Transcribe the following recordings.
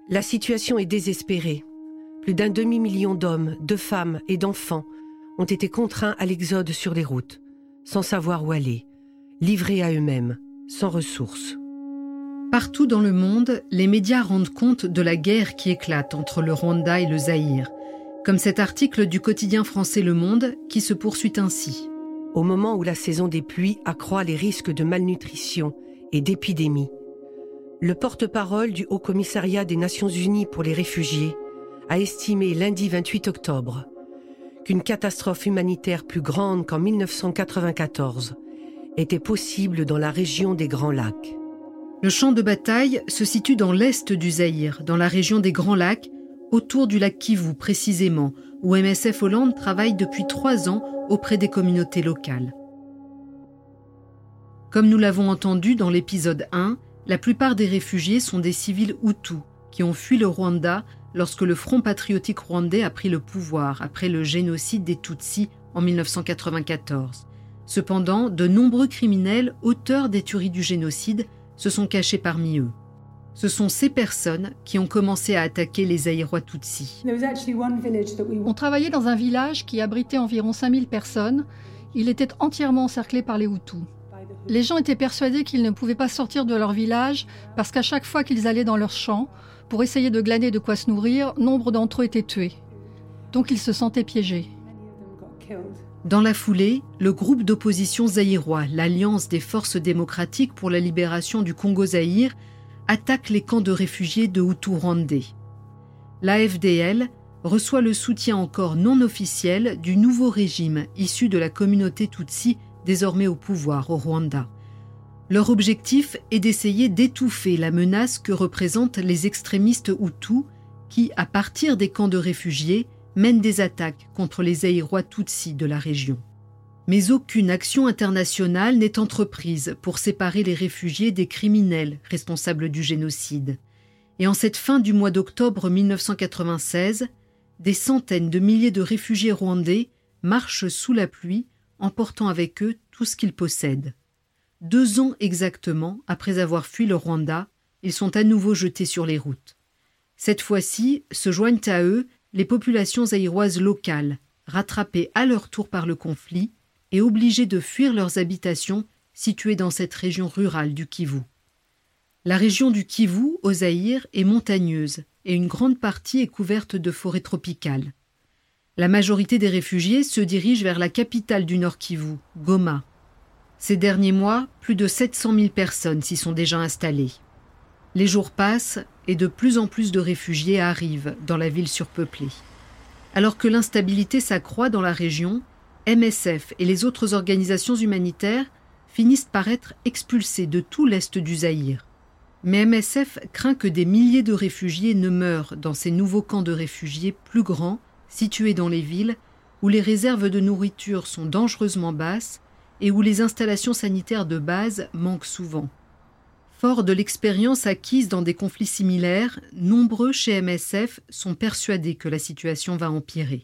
La situation est désespérée. Plus d'un demi-million d'hommes, de femmes et d'enfants ont été contraints à l'exode sur les routes, sans savoir où aller, livrés à eux-mêmes, sans ressources. Partout dans le monde, les médias rendent compte de la guerre qui éclate entre le Rwanda et le Zaïre, comme cet article du quotidien français Le Monde qui se poursuit ainsi. Au moment où la saison des pluies accroît les risques de malnutrition et d'épidémie, le porte-parole du Haut-Commissariat des Nations Unies pour les réfugiés a estimé lundi 28 octobre qu'une catastrophe humanitaire plus grande qu'en 1994 était possible dans la région des Grands Lacs. Le champ de bataille se situe dans l'est du Zaïre, dans la région des Grands Lacs, autour du lac Kivu précisément, où MSF Hollande travaille depuis 3 ans auprès des communautés locales. Comme nous l'avons entendu dans l'épisode 1, la plupart des réfugiés sont des civils Hutus qui ont fui le Rwanda lorsque le Front patriotique rwandais a pris le pouvoir après le génocide des Tutsis en 1994. Cependant, de nombreux criminels auteurs des tueries du génocide se sont cachés parmi eux. Ce sont ces personnes qui ont commencé à attaquer les Zaïrois Tutsis. On travaillait dans un village qui abritait environ 5000 personnes. Il était entièrement encerclé par les Hutus. Les gens étaient persuadés qu'ils ne pouvaient pas sortir de leur village parce qu'à chaque fois qu'ils allaient dans leur champ pour essayer de glaner de quoi se nourrir, nombre d'entre eux étaient tués. Donc ils se sentaient piégés. Dans la foulée, le groupe d'opposition zaïrois, l'Alliance des forces démocratiques pour la libération du Congo-Zaïre, attaque les camps de réfugiés de Hutus rwandais. L'AFDL reçoit le soutien encore non officiel du nouveau régime issu de la communauté Tutsi désormais au pouvoir au Rwanda. Leur objectif est d'essayer d'étouffer la menace que représentent les extrémistes Hutus qui, à partir des camps de réfugiés, mènent des attaques contre les Zaïrois Tutsis de la région. Mais aucune action internationale n'est entreprise pour séparer les réfugiés des criminels responsables du génocide. Et en cette fin du mois d'octobre 1996, des centaines de milliers de réfugiés rwandais marchent sous la pluie, emportant avec eux tout ce qu'ils possèdent. 2 ans exactement après avoir fui le Rwanda, ils sont à nouveau jetés sur les routes. Cette fois-ci, se joignent à eux les populations zaïroises locales, rattrapées à leur tour par le conflit et obligées de fuir leurs habitations situées dans cette région rurale du Kivu. La région du Kivu, au Zaïre, est montagneuse et une grande partie est couverte de forêts tropicales. La majorité des réfugiés se dirigent vers la capitale du Nord Kivu, Goma. Ces derniers mois, plus de 700 000 personnes s'y sont déjà installées. Les jours passent et de plus en plus de réfugiés arrivent dans la ville surpeuplée. Alors que l'instabilité s'accroît dans la région, MSF et les autres organisations humanitaires finissent par être expulsés de tout l'est du Zaïre. Mais MSF craint que des milliers de réfugiés ne meurent dans ces nouveaux camps de réfugiés plus grands, situés dans les villes, où les réserves de nourriture sont dangereusement basses et où les installations sanitaires de base manquent souvent. Forts de l'expérience acquise dans des conflits similaires, nombreux chez MSF sont persuadés que la situation va empirer.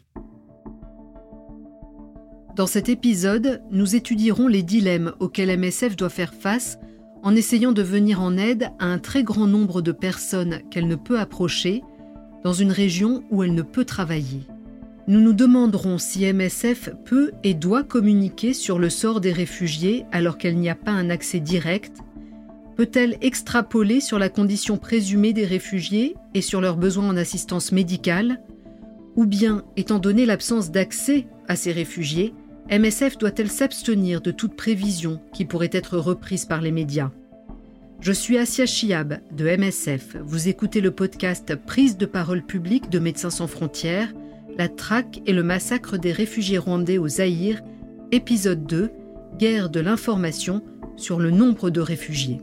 Dans cet épisode, nous étudierons les dilemmes auxquels MSF doit faire face en essayant de venir en aide à un très grand nombre de personnes qu'elle ne peut approcher dans une région où elle ne peut travailler. Nous nous demanderons si MSF peut et doit communiquer sur le sort des réfugiés alors qu'elle n'y a pas un accès direct. Peut-elle extrapoler sur la condition présumée des réfugiés et sur leurs besoins en assistance médicale? Ou bien, étant donné l'absence d'accès à ces réfugiés, MSF doit-elle s'abstenir de toute prévision qui pourrait être reprise par les médias? Je suis Assia Chiab de MSF. Vous écoutez le podcast Prise de parole publique de Médecins sans frontières, la traque et le massacre des réfugiés rwandais au Zaïre, épisode 2, guerre de l'information sur le nombre de réfugiés.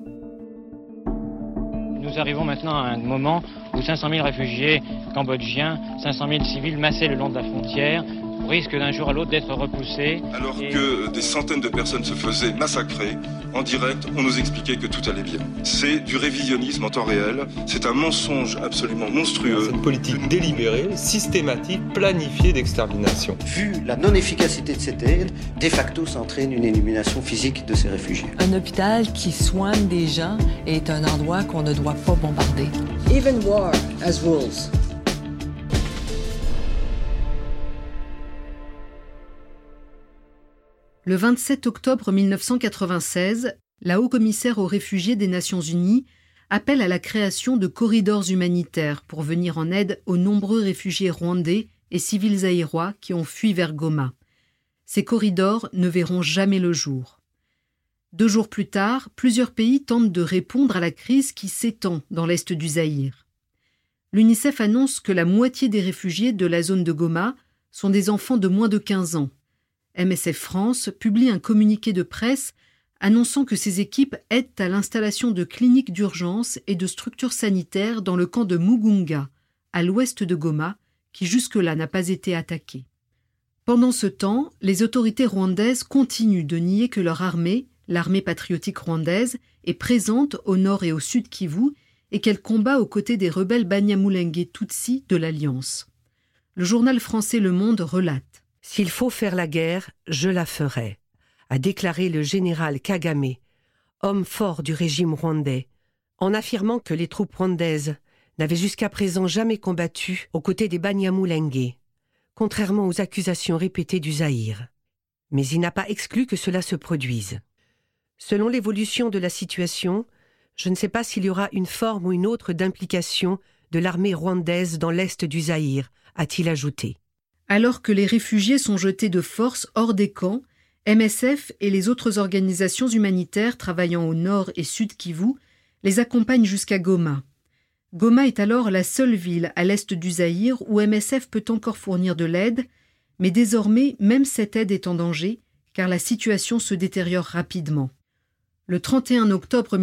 Nous arrivons maintenant à un moment où 500 000 réfugiés cambodgiens, 500 000 civils massés le long de la frontière risque d'un jour à l'autre d'être repoussés. Alors que des centaines de personnes se faisaient massacrer, en direct, on nous expliquait que tout allait bien. C'est du révisionnisme en temps réel, c'est un mensonge absolument monstrueux. C'est une politique délibérée, systématique, planifiée d'extermination. Vu la non-efficacité de cette aide, de facto, ça entraîne une élimination physique de ces réfugiés. Un hôpital qui soigne des gens est un endroit qu'on ne doit pas bombarder. Even war has rules. Le 27 octobre 1996, la haut-commissaire aux réfugiés des Nations Unies appelle à la création de corridors humanitaires pour venir en aide aux nombreux réfugiés rwandais et civils zaïrois qui ont fui vers Goma. Ces corridors ne verront jamais le jour. 2 jours plus tard, plusieurs pays tentent de répondre à la crise qui s'étend dans l'est du Zaïre. L'UNICEF annonce que la moitié des réfugiés de la zone de Goma sont des enfants de moins de 15 ans. MSF France publie un communiqué de presse annonçant que ses équipes aident à l'installation de cliniques d'urgence et de structures sanitaires dans le camp de Mugunga, à l'ouest de Goma, qui jusque-là n'a pas été attaqué. Pendant ce temps, les autorités rwandaises continuent de nier que leur armée, l'armée patriotique rwandaise, est présente au nord et au sud Kivu et qu'elle combat aux côtés des rebelles Banyamulenge Tutsi de l'Alliance. Le journal français Le Monde relate: « S'il faut faire la guerre, je la ferai », a déclaré le général Kagame, homme fort du régime rwandais, en affirmant que les troupes rwandaises n'avaient jusqu'à présent jamais combattu aux côtés des Banyamulenge, contrairement aux accusations répétées du Zaïre. Mais il n'a pas exclu que cela se produise. Selon l'évolution de la situation, je ne sais pas s'il y aura une forme ou une autre d'implication de l'armée rwandaise dans l'est du Zaïre, a-t-il ajouté. Alors que les réfugiés sont jetés de force hors des camps, MSF et les autres organisations humanitaires travaillant au nord et sud Kivu les accompagnent jusqu'à Goma. Goma est alors la seule ville à l'est du Zaïre où MSF peut encore fournir de l'aide, mais désormais même cette aide est en danger car la situation se détériore rapidement. Le 31 octobre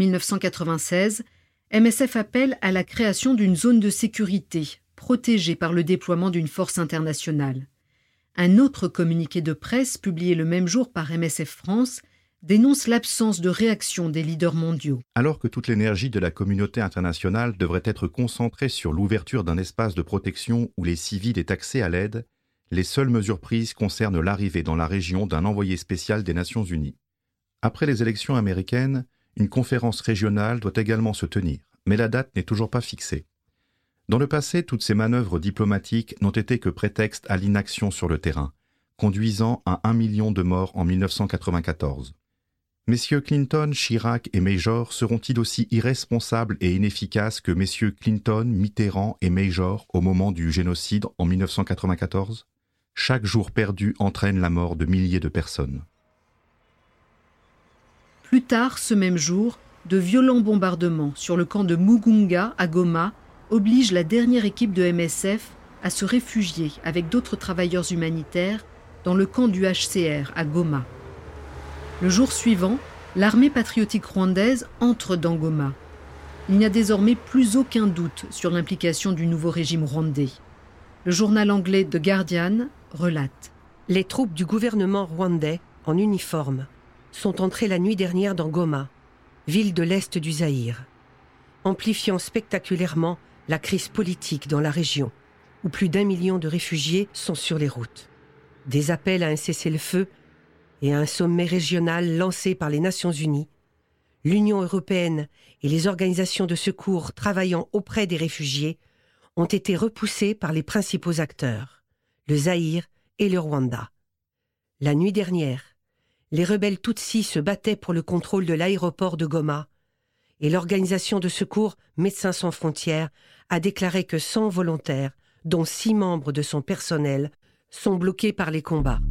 1996, MSF appelle à la création d'une zone de sécurité, protégée par le déploiement d'une force internationale. Un autre communiqué de presse, publié le même jour par MSF France, dénonce l'absence de réaction des leaders mondiaux. Alors que toute l'énergie de la communauté internationale devrait être concentrée sur l'ouverture d'un espace de protection où les civils aient accès à l'aide, les seules mesures prises concernent l'arrivée dans la région d'un envoyé spécial des Nations Unies. Après les élections américaines, une conférence régionale doit également se tenir, mais la date n'est toujours pas fixée. Dans le passé, toutes ces manœuvres diplomatiques n'ont été que prétexte à l'inaction sur le terrain, conduisant à 1 million de morts en 1994. Messieurs Clinton, Chirac et Major seront-ils aussi irresponsables et inefficaces que messieurs Clinton, Mitterrand et Major au moment du génocide en 1994 ? Chaque jour perdu entraîne la mort de milliers de personnes. Plus tard, ce même jour, de violents bombardements sur le camp de Mugunga à Goma obligent la dernière équipe de MSF à se réfugier avec d'autres travailleurs humanitaires dans le camp du HCR à Goma. Le jour suivant, l'armée patriotique rwandaise entre dans Goma. Il n'y a désormais plus aucun doute sur l'implication du nouveau régime rwandais. Le journal anglais The Guardian relate: « Les troupes du gouvernement rwandais, en uniforme, sont entrées la nuit dernière dans Goma, ville de l'est du Zaïre, amplifiant spectaculairement la crise politique dans la région, où plus d'1 million de réfugiés sont sur les routes. Des appels à un cessez-le-feu et à un sommet régional lancé par les Nations Unies, l'Union européenne et les organisations de secours travaillant auprès des réfugiés ont été repoussés par les principaux acteurs, le Zaïre et le Rwanda. La nuit dernière, les rebelles Tutsis se battaient pour le contrôle de l'aéroport de Goma et l'organisation de secours Médecins sans frontières a déclaré que 100 volontaires, dont 6 membres de son personnel, sont bloqués par les combats.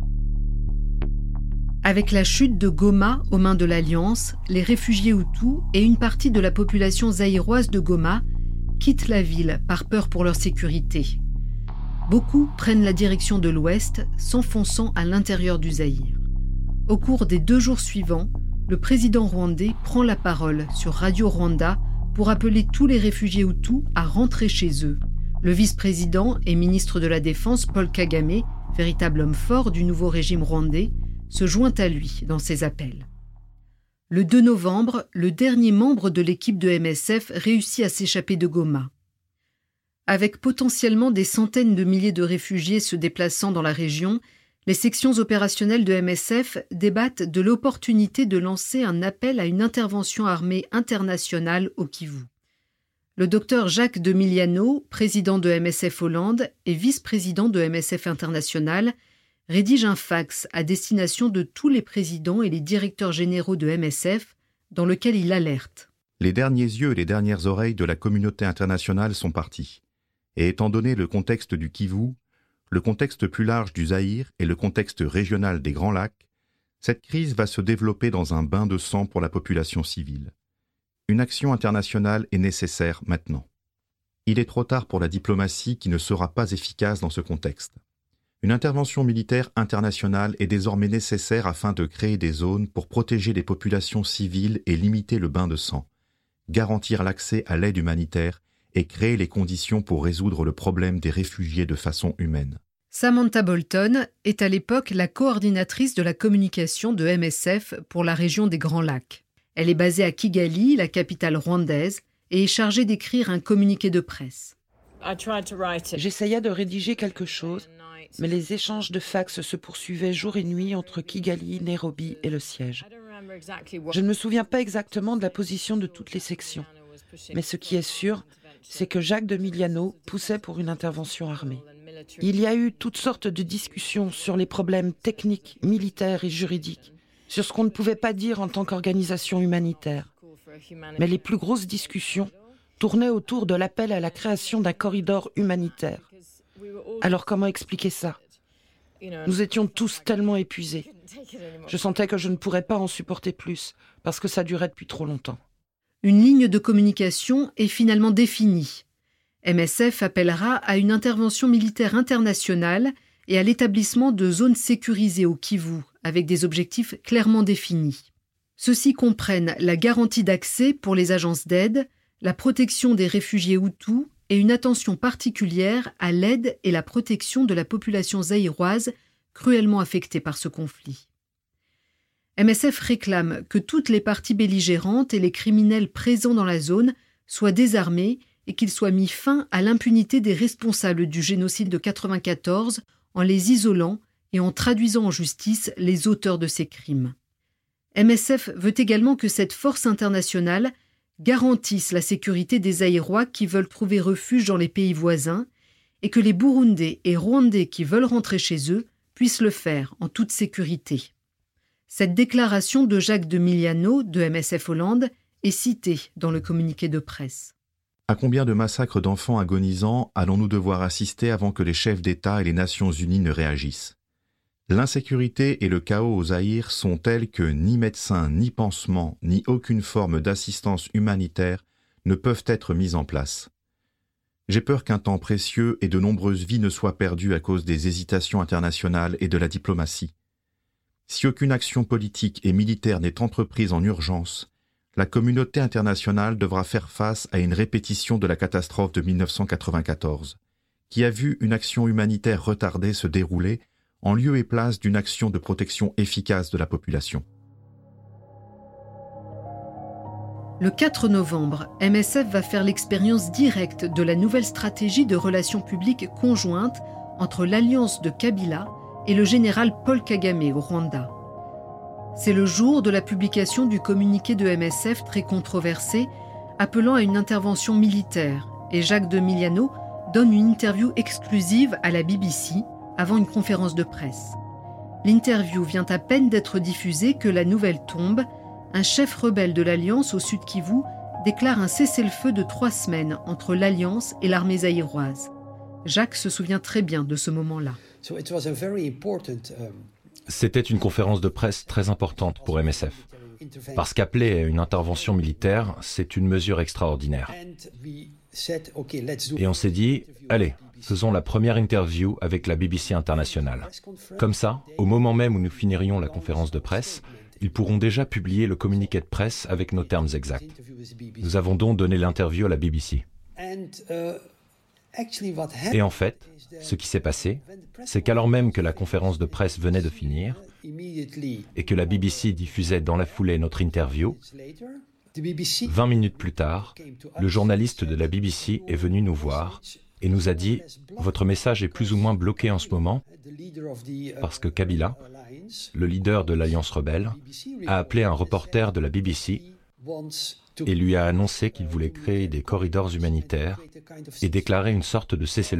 Avec la chute de Goma aux mains de l'Alliance, les réfugiés Hutus et une partie de la population zaïroise de Goma quittent la ville par peur pour leur sécurité. Beaucoup prennent la direction de l'ouest, s'enfonçant à l'intérieur du Zaïre. Au cours des 2 jours suivants, le président rwandais prend la parole sur Radio Rwanda pour appeler tous les réfugiés Hutus à rentrer chez eux. Le vice-président et ministre de la Défense, Paul Kagame, véritable homme fort du nouveau régime rwandais, se joint à lui dans ses appels. Le 2 novembre, le dernier membre de l'équipe de MSF réussit à s'échapper de Goma. Avec potentiellement des centaines de milliers de réfugiés se déplaçant dans la région, les sections opérationnelles de MSF débattent de l'opportunité de lancer un appel à une intervention armée internationale au Kivu. Le docteur Jacques de Miliano, président de MSF Hollande et vice-président de MSF International, rédige un fax à destination de tous les présidents et les directeurs généraux de MSF, dans lequel il alerte. Les derniers yeux et les dernières oreilles de la communauté internationale sont partis. Et étant donné le contexte du Kivu, le contexte plus large du Zaïre et le contexte régional des Grands Lacs, cette crise va se développer dans un bain de sang pour la population civile. Une action internationale est nécessaire maintenant. Il est trop tard pour la diplomatie qui ne sera pas efficace dans ce contexte. Une intervention militaire internationale est désormais nécessaire afin de créer des zones pour protéger les populations civiles et limiter le bain de sang, garantir l'accès à l'aide humanitaire et créer les conditions pour résoudre le problème des réfugiés de façon humaine. Samantha Bolton est à l'époque la coordinatrice de la communication de MSF pour la région des Grands Lacs. Elle est basée à Kigali, la capitale rwandaise, et est chargée d'écrire un communiqué de presse. J'essayais de rédiger quelque chose, mais les échanges de fax se poursuivaient jour et nuit entre Kigali, Nairobi et le siège. Je ne me souviens pas exactement de la position de toutes les sections, mais ce qui est sûr, c'est que Jacques de Miliano poussait pour une intervention armée. Il y a eu toutes sortes de discussions sur les problèmes techniques, militaires et juridiques, sur ce qu'on ne pouvait pas dire en tant qu'organisation humanitaire. Mais les plus grosses discussions tournaient autour de l'appel à la création d'un corridor humanitaire. Alors comment expliquer ça ? Nous étions tous tellement épuisés. Je sentais que je ne pourrais pas en supporter plus, parce que ça durait depuis trop longtemps. Une ligne de communication est finalement définie. MSF appellera à une intervention militaire internationale et à l'établissement de zones sécurisées au Kivu, avec des objectifs clairement définis. Ceux-ci comprennent la garantie d'accès pour les agences d'aide, la protection des réfugiés Hutus et une attention particulière à l'aide et la protection de la population zaïroise cruellement affectée par ce conflit. MSF réclame que toutes les parties belligérantes et les criminels présents dans la zone soient désarmés et qu'il soit mis fin à l'impunité des responsables du génocide de 1994 en les isolant et en traduisant en justice les auteurs de ces crimes. MSF veut également que cette force internationale garantisse la sécurité des Zaïrois qui veulent trouver refuge dans les pays voisins et que les Burundais et Rwandais qui veulent rentrer chez eux puissent le faire en toute sécurité. Cette déclaration de Jacques de Miliano de MSF Hollande est citée dans le communiqué de presse. À combien de massacres d'enfants agonisants allons-nous devoir assister avant que les chefs d'État et les Nations Unies ne réagissent ? L'insécurité et le chaos au Zaïre sont tels que ni médecins, ni pansements, ni aucune forme d'assistance humanitaire ne peuvent être mis en place. J'ai peur qu'un temps précieux et de nombreuses vies ne soient perdues à cause des hésitations internationales et de la diplomatie. Si aucune action politique et militaire n'est entreprise en urgence, la communauté internationale devra faire face à une répétition de la catastrophe de 1994, qui a vu une action humanitaire retardée se dérouler en lieu et place d'une action de protection efficace de la population. Le 4 novembre, MSF va faire l'expérience directe de la nouvelle stratégie de relations publiques conjointe entre l'alliance de Kabila et le général Paul Kagame au Rwanda. C'est le jour de la publication du communiqué de MSF très controversé, appelant à une intervention militaire, et Jacques de Miliano donne une interview exclusive à la BBC avant une conférence de presse. L'interview vient à peine d'être diffusée que la nouvelle tombe. Un chef rebelle de l'Alliance au sud Kivu déclare un cessez-le-feu de 3 semaines entre l'Alliance et l'armée zaïroise. Jacques se souvient très bien de ce moment-là. C'était une conférence de presse très importante pour MSF, parce qu'appeler à une intervention militaire, c'est une mesure extraordinaire. Et on s'est dit, allez, faisons la première interview avec la BBC internationale. Comme ça, au moment même où nous finirions la conférence de presse, ils pourront déjà publier le communiqué de presse avec nos termes exacts. Nous avons donc donné l'interview à la BBC. Et en fait, ce qui s'est passé, c'est qu'alors même que la conférence de presse venait de finir et que la BBC diffusait dans la foulée notre interview, 20 minutes plus tard, le journaliste de la BBC est venu nous voir et nous a dit « Votre message est plus ou moins bloqué en ce moment parce que Kabila, le leader de l'Alliance rebelle, a appelé un reporter de la BBC et lui a annoncé qu'il voulait créer des corridors humanitaires et déclarer une sorte de cessez-le-feu. »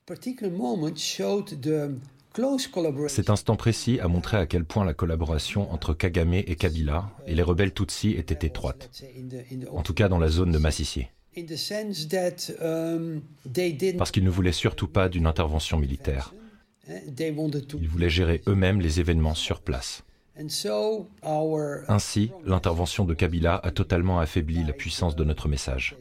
Cet instant précis a montré à quel point la collaboration entre Kagame et Kabila et les rebelles Tutsis était étroite, en tout cas dans la zone de Massissi. Parce qu'ils ne voulaient surtout pas d'une intervention militaire. Ils voulaient gérer eux-mêmes les événements sur place. Ainsi, l'intervention de Kabila a totalement affaibli la puissance de notre message.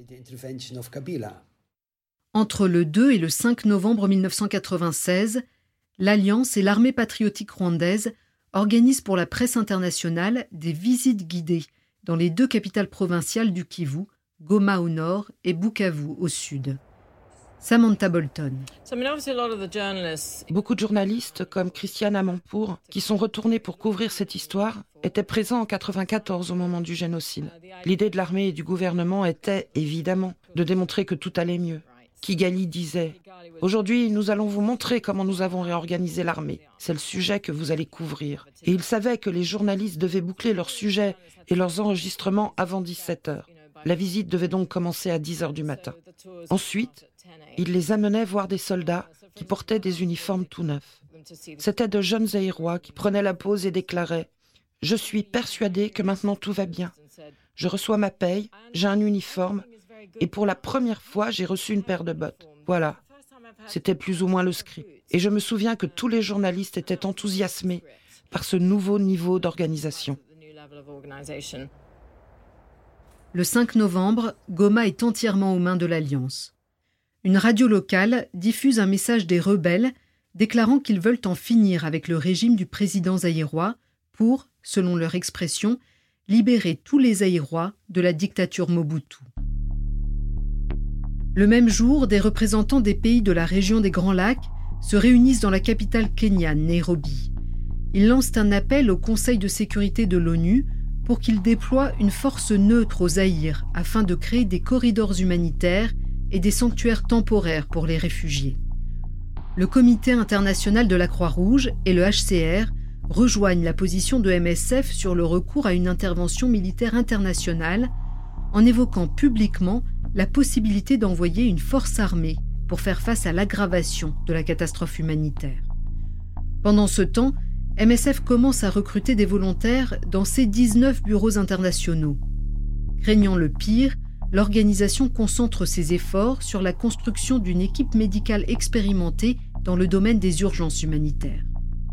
Entre le 2 et le 5 novembre 1996, l'Alliance et l'armée patriotique rwandaise organisent pour la presse internationale des visites guidées dans les 2 capitales provinciales du Kivu, Goma au nord et Bukavu au sud. Samantha Bolton. Beaucoup de journalistes, comme Christiane Amanpour, qui sont retournés pour couvrir cette histoire, étaient présents en 1994 au moment du génocide. L'idée de l'armée et du gouvernement était, évidemment, de démontrer que tout allait mieux. Kigali disait « Aujourd'hui, nous allons vous montrer comment nous avons réorganisé l'armée. C'est le sujet que vous allez couvrir. » Et ils savaient que les journalistes devaient boucler leurs sujets et leurs enregistrements avant 17h. La visite devait donc commencer à 10h du matin. Ensuite, ils les amenaient voir des soldats qui portaient des uniformes tout neufs. C'étaient de jeunes Zaïrois qui prenaient la pause et déclaraient « Je suis persuadé que maintenant tout va bien. Je reçois ma paye, j'ai un uniforme, et pour la première fois, j'ai reçu une paire de bottes. Voilà. » C'était plus ou moins le script. Et je me souviens que tous les journalistes étaient enthousiasmés par ce nouveau niveau d'organisation. Le 5 novembre, Goma est entièrement aux mains de l'Alliance. Une radio locale diffuse un message des rebelles déclarant qu'ils veulent en finir avec le régime du président zaïrois pour, selon leur expression, libérer tous les Zaïrois de la dictature Mobutu. Le même jour, des représentants des pays de la région des Grands Lacs se réunissent dans la capitale kenyane, Nairobi. Ils lancent un appel au Conseil de sécurité de l'ONU pour qu'il déploie une force neutre au Zaïre afin de créer des corridors humanitaires et des sanctuaires temporaires pour les réfugiés. Le Comité international de la Croix-Rouge et le HCR rejoignent la position de MSF sur le recours à une intervention militaire internationale en évoquant publiquement la possibilité d'envoyer une force armée pour faire face à l'aggravation de la catastrophe humanitaire. Pendant ce temps, MSF commence à recruter des volontaires dans ses 19 bureaux internationaux. Craignant le pire, l'organisation concentre ses efforts sur la construction d'une équipe médicale expérimentée dans le domaine des urgences humanitaires.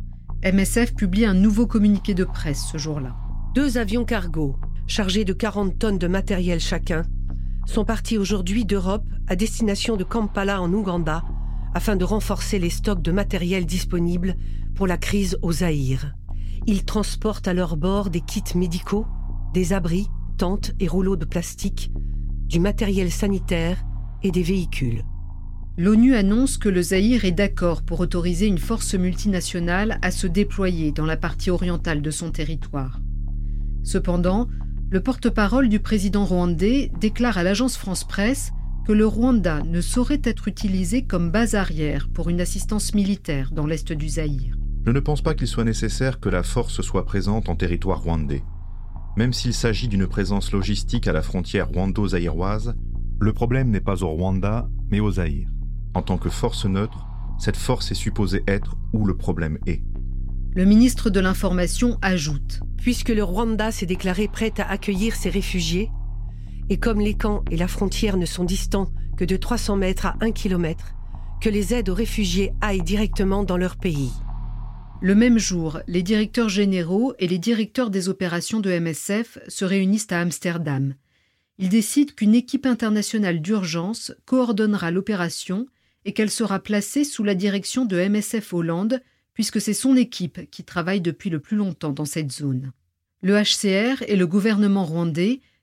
MSF publie un nouveau communiqué de presse ce jour-là. 2 avions cargo, chargés de 40 tonnes de matériel chacun, sont partis aujourd'hui d'Europe à destination de Kampala en Ouganda afin de renforcer les stocks de matériel disponibles pour la crise au Zaïre. Ils transportent à leur bord des kits médicaux, des abris, tentes et rouleaux de plastique, du matériel sanitaire et des véhicules. L'ONU annonce que le Zaïre est d'accord pour autoriser une force multinationale à se déployer dans la partie orientale de son territoire. Cependant, le porte-parole du président rwandais déclare à l'agence France-Presse que le Rwanda ne saurait être utilisé comme base arrière pour une assistance militaire dans l'est du Zaïre. Je ne pense pas qu'il soit nécessaire que la force soit présente en territoire rwandais. Même s'il s'agit d'une présence logistique à la frontière rwando-zaïroise, le problème n'est pas au Rwanda, mais au Zaïre. En tant que force neutre, cette force est supposée être où le problème est. Le ministre de l'Information ajoute « Puisque le Rwanda s'est déclaré prêt à accueillir ces réfugiés, et comme les camps et la frontière ne sont distants que de 300 mètres à 1 kilomètre, que les aides aux réfugiés aillent directement dans leur pays. » Le même jour, les directeurs généraux et les directeurs des opérations de MSF se réunissent à Amsterdam. Ils décident qu'une équipe internationale d'urgence coordonnera l'opération et qu'elle sera placée sous la direction de MSF Hollande, puisque c'est son équipe qui travaille depuis le plus longtemps dans cette zone. Le HCR et le gouvernement rwandais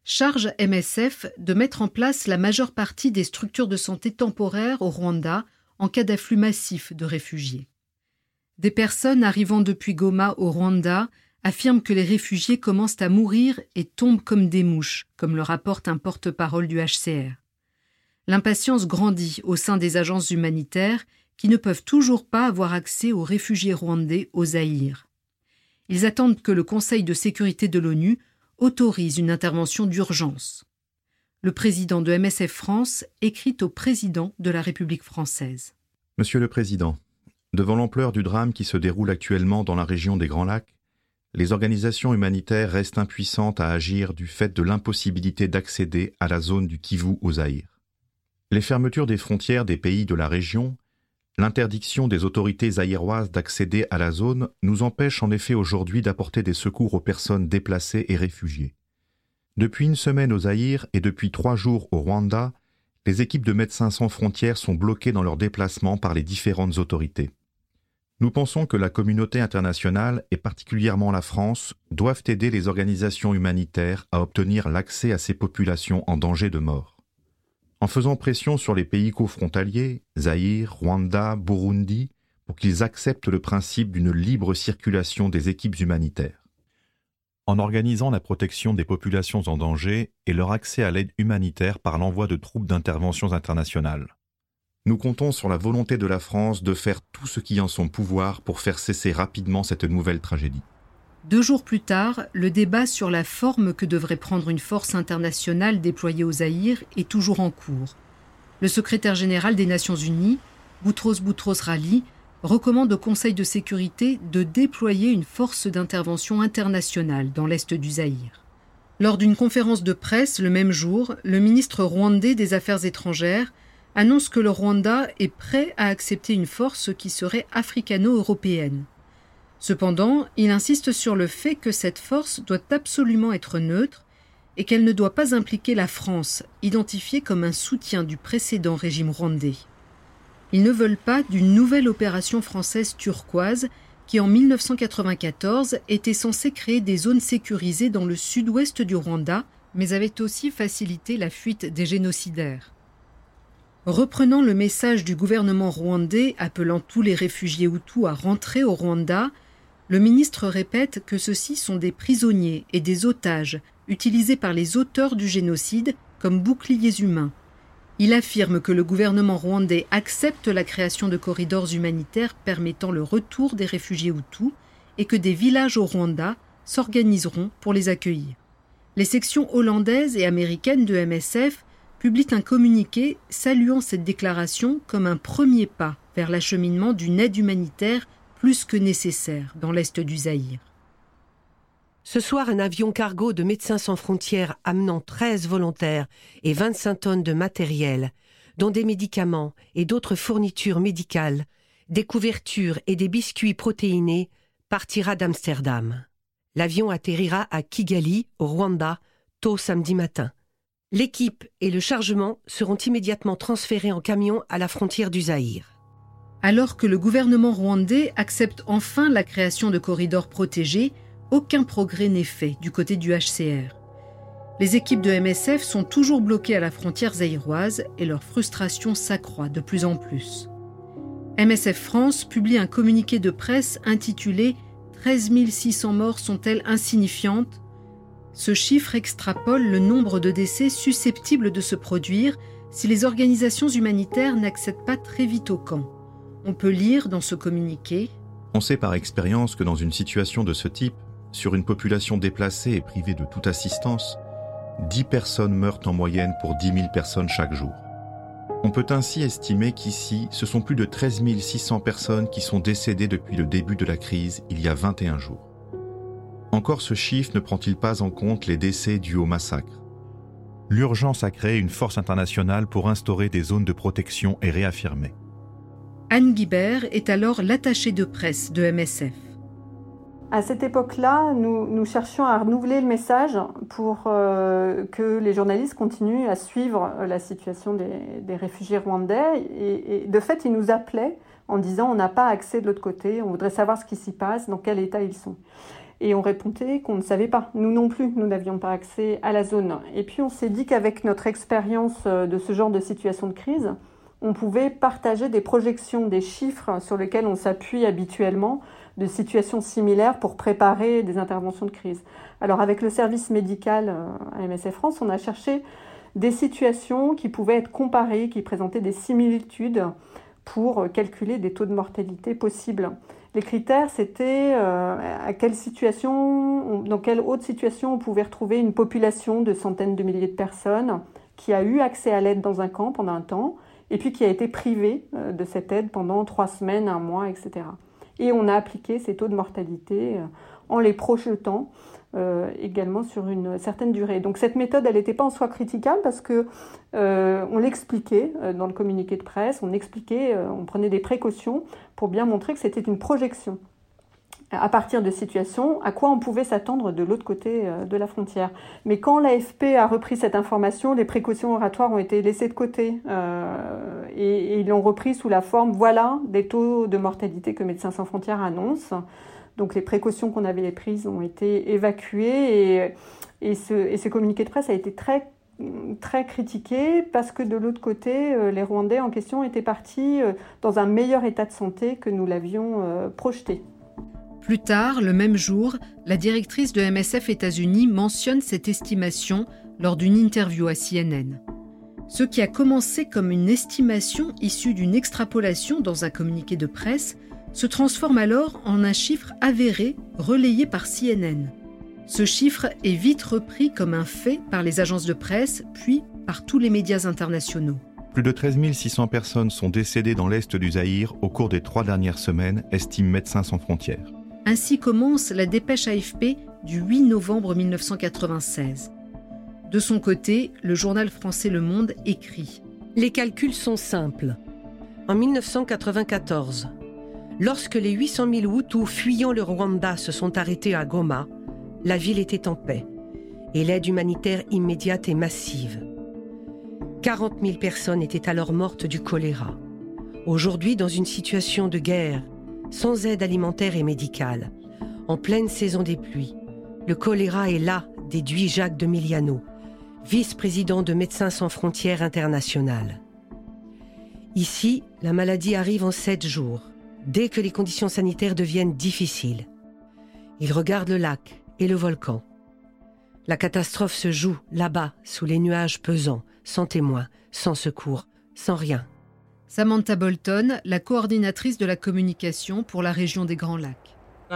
charge MSF de mettre en place la majeure partie des structures de santé temporaires au Rwanda en cas d'afflux massif de réfugiés. Des personnes arrivant depuis Goma au Rwanda affirment que les réfugiés commencent à mourir et tombent comme des mouches, comme le rapporte un porte-parole du HCR. L'impatience grandit au sein des agences humanitaires qui ne peuvent toujours pas avoir accès aux réfugiés rwandais au Zaïre. Ils attendent que le Conseil de sécurité de l'ONU autorise une intervention d'urgence. Le président de MSF France écrit au président de la République française. Monsieur le Président, devant l'ampleur du drame qui se déroule actuellement dans la région des Grands Lacs, les organisations humanitaires restent impuissantes à agir du fait de l'impossibilité d'accéder à la zone du Kivu au Zaïre. Les fermetures des frontières des pays de la région, l'interdiction des autorités zaïroises d'accéder à la zone nous empêche en effet aujourd'hui d'apporter des secours aux personnes déplacées et réfugiées. Depuis une semaine au Zaïre et depuis 3 jours au Rwanda, les équipes de Médecins sans frontières sont bloquées dans leurs déplacements par les différentes autorités. Nous pensons que la communauté internationale, et particulièrement la France, doivent aider les organisations humanitaires à obtenir l'accès à ces populations en danger de mort. En faisant pression sur les pays cofrontaliers, Zaïre, Rwanda, Burundi, pour qu'ils acceptent le principe d'une libre circulation des équipes humanitaires. En organisant la protection des populations en danger et leur accès à l'aide humanitaire par l'envoi de troupes d'intervention internationales. Nous comptons sur la volonté de la France de faire tout ce qui est en son pouvoir pour faire cesser rapidement cette nouvelle tragédie. 2 jours plus tard, le débat sur la forme que devrait prendre une force internationale déployée au Zaïre est toujours en cours. Le secrétaire général des Nations Unies, Boutros Boutros-Ghali, recommande au Conseil de sécurité de déployer une force d'intervention internationale dans l'est du Zaïre. Lors d'une conférence de presse le même jour, le ministre rwandais des Affaires étrangères annonce que le Rwanda est prêt à accepter une force qui serait africano-européenne. Cependant, il insiste sur le fait que cette force doit absolument être neutre et qu'elle ne doit pas impliquer la France, identifiée comme un soutien du précédent régime rwandais. Ils ne veulent pas d'une nouvelle opération française turquoise qui, en 1994, était censée créer des zones sécurisées dans le sud-ouest du Rwanda, mais avait aussi facilité la fuite des génocidaires. Reprenant le message du gouvernement rwandais appelant tous les réfugiés hutus à rentrer au Rwanda, le ministre répète que ceux-ci sont des prisonniers et des otages utilisés par les auteurs du génocide comme boucliers humains. Il affirme que le gouvernement rwandais accepte la création de corridors humanitaires permettant le retour des réfugiés hutus et que des villages au Rwanda s'organiseront pour les accueillir. Les sections hollandaises et américaines de MSF publient un communiqué saluant cette déclaration comme un premier pas vers l'acheminement d'une aide humanitaire plus que nécessaire dans l'est du Zaïre. Ce soir, un avion cargo de Médecins sans frontières amenant 13 volontaires et 25 tonnes de matériel, dont des médicaments et d'autres fournitures médicales, des couvertures et des biscuits protéinés, partira d'Amsterdam. L'avion atterrira à Kigali, au Rwanda, tôt samedi matin. L'équipe et le chargement seront immédiatement transférés en camion à la frontière du Zaïre. Alors que le gouvernement rwandais accepte enfin la création de corridors protégés, aucun progrès n'est fait du côté du HCR. Les équipes de MSF sont toujours bloquées à la frontière zaïroise et leur frustration s'accroît de plus en plus. MSF France publie un communiqué de presse intitulé « 13 600 morts sont-elles insignifiantes ?» Ce chiffre extrapole le nombre de décès susceptibles de se produire si les organisations humanitaires n'accèdent pas très vite au camp. On peut lire dans ce communiqué « On sait par expérience que dans une situation de ce type, sur une population déplacée et privée de toute assistance, 10 personnes meurent en moyenne pour 10 000 personnes chaque jour. On peut ainsi estimer qu'ici, ce sont plus de 13 600 personnes qui sont décédées depuis le début de la crise il y a 21 jours. Encore ce chiffre ne prend-il pas en compte les décès dus au massacre. L'urgence à créer une force internationale pour instaurer des zones de protection est réaffirmée. Anne Guibert est alors l'attachée de presse de MSF. À cette époque-là, nous cherchions à renouveler le message pour que les journalistes continuent à suivre la situation des réfugiés rwandais. Et de fait, ils nous appelaient en disant « on n'a pas accès de l'autre côté, on voudrait savoir ce qui s'y passe, dans quel état ils sont ». Et on répondait qu'on ne savait pas. Nous non plus, nous n'avions pas accès à la zone. Et puis on s'est dit qu'avec notre expérience de ce genre de situation de crise, on pouvait partager des projections, des chiffres sur lesquels on s'appuie habituellement de situations similaires pour préparer des interventions de crise. Alors avec le service médical à MSF France, on a cherché des situations qui pouvaient être comparées, qui présentaient des similitudes pour calculer des taux de mortalité possibles. Les critères, c'était dans quelle autre situation on pouvait retrouver une population de centaines de milliers de personnes qui a eu accès à l'aide dans un camp pendant un temps, et puis qui a été privée de cette aide pendant 3 semaines, 1 mois, etc. Et on a appliqué ces taux de mortalité en les projetant également sur une certaine durée. Donc cette méthode, elle n'était pas en soi critiquable parce que on l'expliquait dans le communiqué de presse, on prenait des précautions pour bien montrer que c'était une projection à partir de situations à quoi on pouvait s'attendre de l'autre côté de la frontière. Mais quand l'AFP a repris cette information, les précautions oratoires ont été laissées de côté et ils l'ont repris sous la forme, voilà, des taux de mortalité que Médecins sans frontières annonce. Donc les précautions qu'on avait prises ont été évacuées et ce communiqué de presse a été très, très critiqué parce que de l'autre côté, les Rwandais en question étaient partis dans un meilleur état de santé que nous l'avions projeté. Plus tard, le même jour, la directrice de MSF États-Unis mentionne cette estimation lors d'une interview à CNN. Ce qui a commencé comme une estimation issue d'une extrapolation dans un communiqué de presse se transforme alors en un chiffre avéré relayé par CNN. Ce chiffre est vite repris comme un fait par les agences de presse, puis par tous les médias internationaux. Plus de 13 600 personnes sont décédées dans l'est du Zaïre au cours des 3 dernières semaines, estime Médecins sans frontières. Ainsi commence la dépêche AFP du 8 novembre 1996. De son côté, le journal français Le Monde écrit « Les calculs sont simples. En 1994, lorsque les 800 000 Hutus fuyant le Rwanda se sont arrêtés à Goma, la ville était en paix et l'aide humanitaire immédiate et massive. 40 000 personnes étaient alors mortes du choléra. Aujourd'hui, dans une situation de guerre, sans aide alimentaire et médicale, en pleine saison des pluies, le choléra est là, déduit Jacques de Miliano, vice-président de Médecins sans frontières internationales. Ici, la maladie arrive en 7 jours, dès que les conditions sanitaires deviennent difficiles. Il regarde le lac et le volcan. La catastrophe se joue là-bas, sous les nuages pesants, sans témoins, sans secours, sans rien. Samantha Bolton, la coordinatrice de la communication pour la région des Grands Lacs.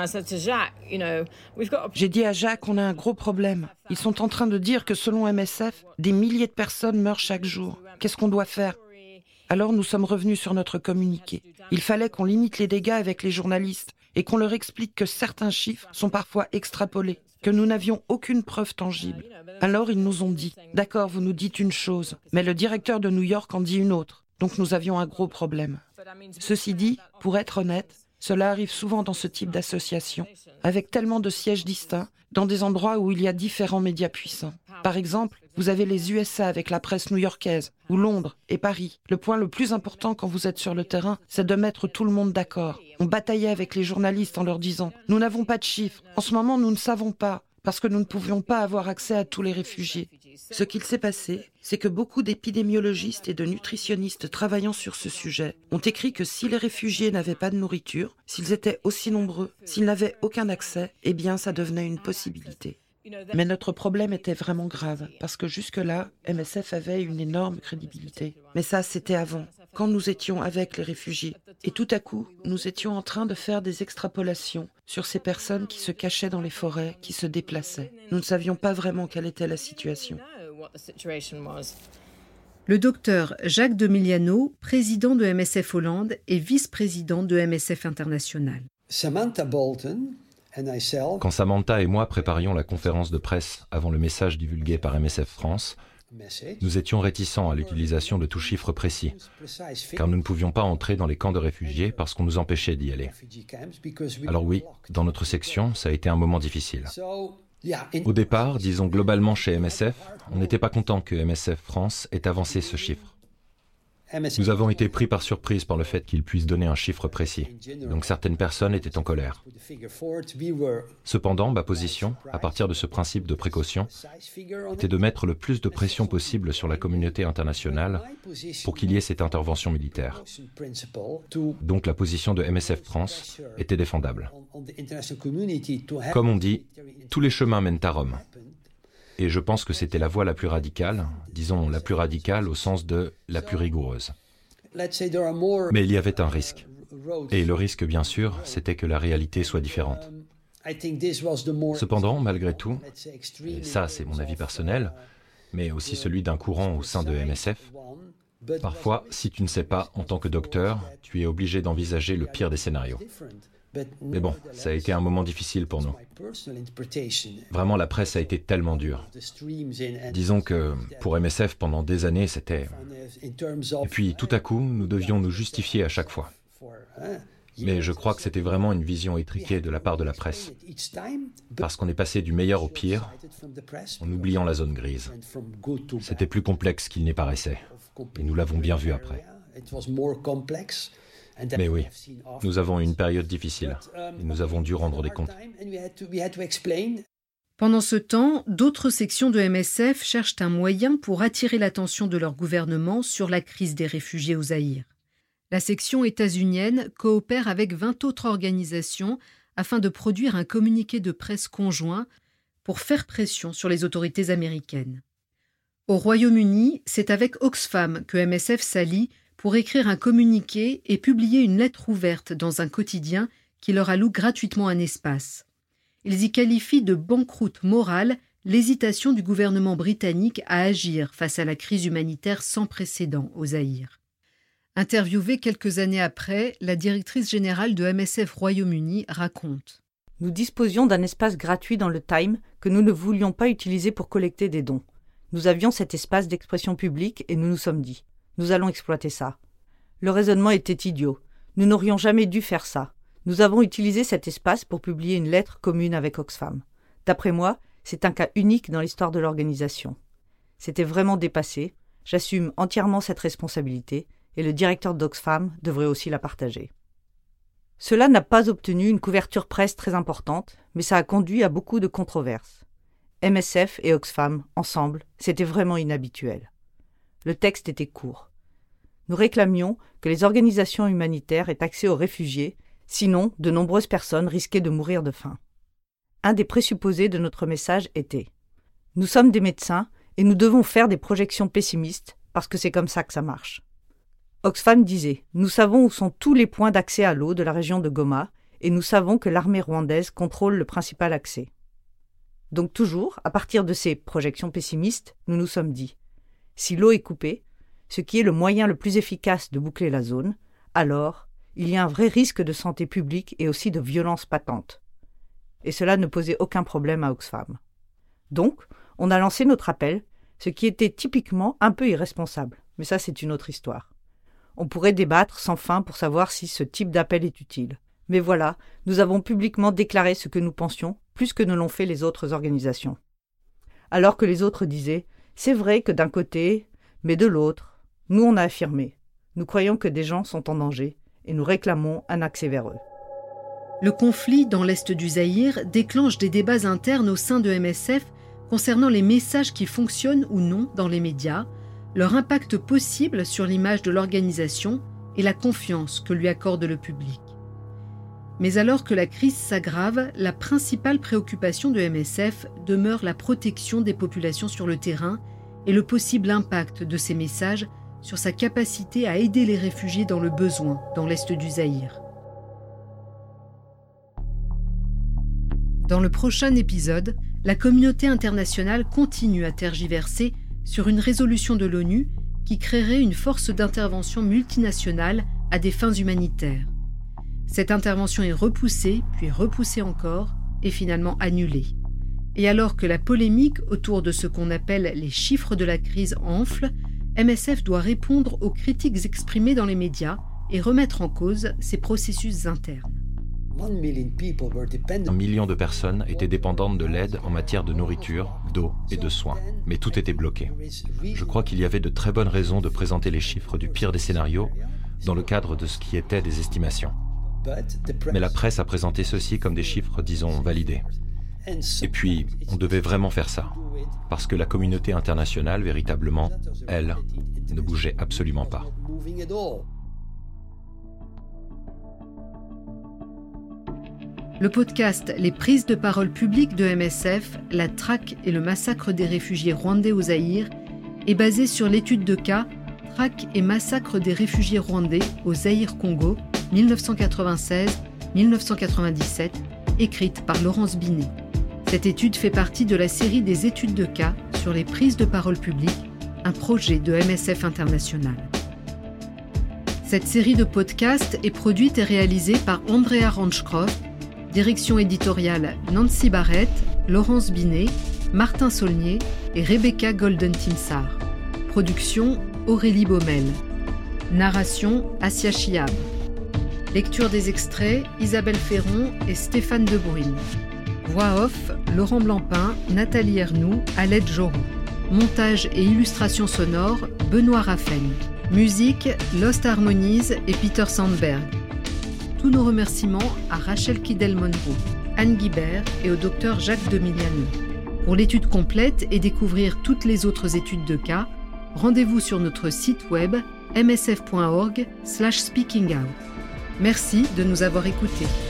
J'ai dit à Jacques qu'on a un gros problème. Ils sont en train de dire que selon MSF, des milliers de personnes meurent chaque jour. Qu'est-ce qu'on doit faire ? Alors nous sommes revenus sur notre communiqué. Il fallait qu'on limite les dégâts avec les journalistes et qu'on leur explique que certains chiffres sont parfois extrapolés, que nous n'avions aucune preuve tangible. Alors ils nous ont dit « D'accord, vous nous dites une chose, mais le directeur de New York en dit une autre. » Donc nous avions un gros problème. Ceci dit, pour être honnête, cela arrive souvent dans ce type d'association, avec tellement de sièges distincts, dans des endroits où il y a différents médias puissants. Par exemple, vous avez les USA avec la presse new-yorkaise, ou Londres et Paris. Le point le plus important quand vous êtes sur le terrain, c'est de mettre tout le monde d'accord. On bataillait avec les journalistes en leur disant « Nous n'avons pas de chiffres. En ce moment, nous ne savons pas. » parce que nous ne pouvions pas avoir accès à tous les réfugiés. Ce qu'il s'est passé, c'est que beaucoup d'épidémiologistes et de nutritionnistes travaillant sur ce sujet ont écrit que si les réfugiés n'avaient pas de nourriture, s'ils étaient aussi nombreux, s'ils n'avaient aucun accès, eh bien ça devenait une possibilité. Mais notre problème était vraiment grave, parce que jusque-là, MSF avait une énorme crédibilité. Mais ça, c'était avant, quand nous étions avec les réfugiés. Et tout à coup, nous étions en train de faire des extrapolations sur ces personnes qui se cachaient dans les forêts, qui se déplaçaient. Nous ne savions pas vraiment quelle était la situation. Le docteur Jacques de Miliano, président de MSF Hollande et vice-président de MSF International. Quand Samantha et moi préparions la conférence de presse avant le message divulgué par MSF France, nous étions réticents à l'utilisation de tout chiffre précis, car nous ne pouvions pas entrer dans les camps de réfugiés parce qu'on nous empêchait d'y aller. Alors oui, dans notre section, ça a été un moment difficile. Au départ, disons globalement chez MSF, on n'était pas content que MSF France ait avancé ce chiffre. Nous avons été pris par surprise par le fait qu'ils puissent donner un chiffre précis. Donc certaines personnes étaient en colère. Cependant, ma position, à partir de ce principe de précaution, était de mettre le plus de pression possible sur la communauté internationale pour qu'il y ait cette intervention militaire. Donc la position de MSF France était défendable. Comme on dit, tous les chemins mènent à Rome. Et je pense que c'était la voie la plus radicale, disons la plus radicale au sens de la plus rigoureuse. Mais il y avait un risque. Et le risque, bien sûr, c'était que la réalité soit différente. Cependant, malgré tout, et ça c'est mon avis personnel, mais aussi celui d'un courant au sein de MSF, parfois, si tu ne sais pas, en tant que docteur, tu es obligé d'envisager le pire des scénarios. Mais bon, ça a été un moment difficile pour nous. Vraiment, la presse a été tellement dure. Disons que pour MSF, pendant des années, c'était... Et puis, tout à coup, nous devions nous justifier à chaque fois. Mais je crois que c'était vraiment une vision étriquée de la part de la presse. Parce qu'on est passé du meilleur au pire, en oubliant la zone grise. C'était plus complexe qu'il n'y paraissait. Et nous l'avons bien vu après. Mais oui, nous avons eu une période difficile et nous avons dû rendre des comptes. Pendant ce temps, d'autres sections de MSF cherchent un moyen pour attirer l'attention de leur gouvernement sur la crise des réfugiés au Zaïre. La section états-unienne coopère avec 20 autres organisations afin de produire un communiqué de presse conjoint pour faire pression sur les autorités américaines. Au Royaume-Uni, c'est avec Oxfam que MSF s'allie pour écrire un communiqué et publier une lettre ouverte dans un quotidien qui leur alloue gratuitement un espace. Ils y qualifient de banqueroute morale l'hésitation du gouvernement britannique à agir face à la crise humanitaire sans précédent au Zaïre. Interviewée quelques années après, la directrice générale de MSF Royaume-Uni raconte : Nous disposions d'un espace gratuit dans le Time que nous ne voulions pas utiliser pour collecter des dons. Nous avions cet espace d'expression publique et nous nous sommes dit : nous allons exploiter ça. Le raisonnement était idiot. Nous n'aurions jamais dû faire ça. Nous avons utilisé cet espace pour publier une lettre commune avec Oxfam. D'après moi, c'est un cas unique dans l'histoire de l'organisation. C'était vraiment dépassé. J'assume entièrement cette responsabilité et le directeur d'Oxfam devrait aussi la partager. Cela n'a pas obtenu une couverture presse très importante, mais ça a conduit à beaucoup de controverses. MSF et Oxfam, ensemble, c'était vraiment inhabituel. Le texte était court. Nous réclamions que les organisations humanitaires aient accès aux réfugiés, sinon de nombreuses personnes risquaient de mourir de faim. Un des présupposés de notre message était « Nous sommes des médecins et nous devons faire des projections pessimistes parce que c'est comme ça que ça marche. » Oxfam disait « Nous savons où sont tous les points d'accès à l'eau de la région de Goma et nous savons que l'armée rwandaise contrôle le principal accès. » Donc toujours, à partir de ces projections pessimistes, nous nous sommes dit « Si l'eau est coupée, ce qui est le moyen le plus efficace de boucler la zone, alors il y a un vrai risque de santé publique et aussi de violence patente. » Et cela ne posait aucun problème à Oxfam. Donc, on a lancé notre appel, ce qui était typiquement un peu irresponsable, mais ça c'est une autre histoire. On pourrait débattre sans fin pour savoir si ce type d'appel est utile. Mais voilà, nous avons publiquement déclaré ce que nous pensions, plus que ne l'ont fait les autres organisations. Alors que les autres disaient « C'est vrai que d'un côté, mais de l'autre », nous on a affirmé « Nous croyons que des gens sont en danger et nous réclamons un accès vers eux. » Le conflit dans l'est du Zaïre déclenche des débats internes au sein de MSF concernant les messages qui fonctionnent ou non dans les médias, leur impact possible sur l'image de l'organisation et la confiance que lui accorde le public. Mais alors que la crise s'aggrave, la principale préoccupation de MSF demeure la protection des populations sur le terrain et le possible impact de ces messages sur sa capacité à aider les réfugiés dans le besoin dans l'est du Zaïre. Dans le prochain épisode, la communauté internationale continue à tergiverser sur une résolution de l'ONU qui créerait une force d'intervention multinationale à des fins humanitaires. Cette intervention est repoussée, puis repoussée encore, et finalement annulée. Et alors que la polémique autour de ce qu'on appelle les chiffres de la crise enfle, MSF doit répondre aux critiques exprimées dans les médias et remettre en cause ses processus internes. 1 million de personnes étaient dépendantes de l'aide en matière de nourriture, d'eau et de soins. Mais tout était bloqué. Je crois qu'il y avait de très bonnes raisons de présenter les chiffres du pire des scénarios dans le cadre de ce qui était des estimations. Mais la presse a présenté ceci comme des chiffres, disons, validés. Et puis, on devait vraiment faire ça, parce que la communauté internationale, véritablement, elle, ne bougeait absolument pas. Le podcast Les prises de parole publiques de MSF, la traque et le massacre des réfugiés rwandais au Zaïre est basé sur l'étude de cas Traque et massacre des réfugiés rwandais au Zaïre-Congo 1996-1997, écrite par Laurence Binet. Cette étude fait partie de la série des études de cas sur les prises de parole publiques, un projet de MSF International. Cette série de podcasts est produite et réalisée par Andrea Ranchcroft, direction éditoriale Nancy Barrett, Laurence Binet, Martin Saulnier et Rebecca Golden-Timsar. Production Aurélie Baumel. Narration Assia Chiab. Lecture des extraits Isabelle Ferron et Stéphane Debruyne. Voix off Laurent Blampin, Nathalie Ernoux, Alette Jorou. Montage et illustration sonore Benoît Raffen. Musique Lost Harmonies et Peter Sandberg. Tous nos remerciements à Rachel Kidel-Monroe, Anne Guibert et au docteur Jacques Demiliano. Pour l'étude complète et découvrir toutes les autres études de cas, rendez-vous sur notre site web msf.org/speakingout. Merci de nous avoir écoutés.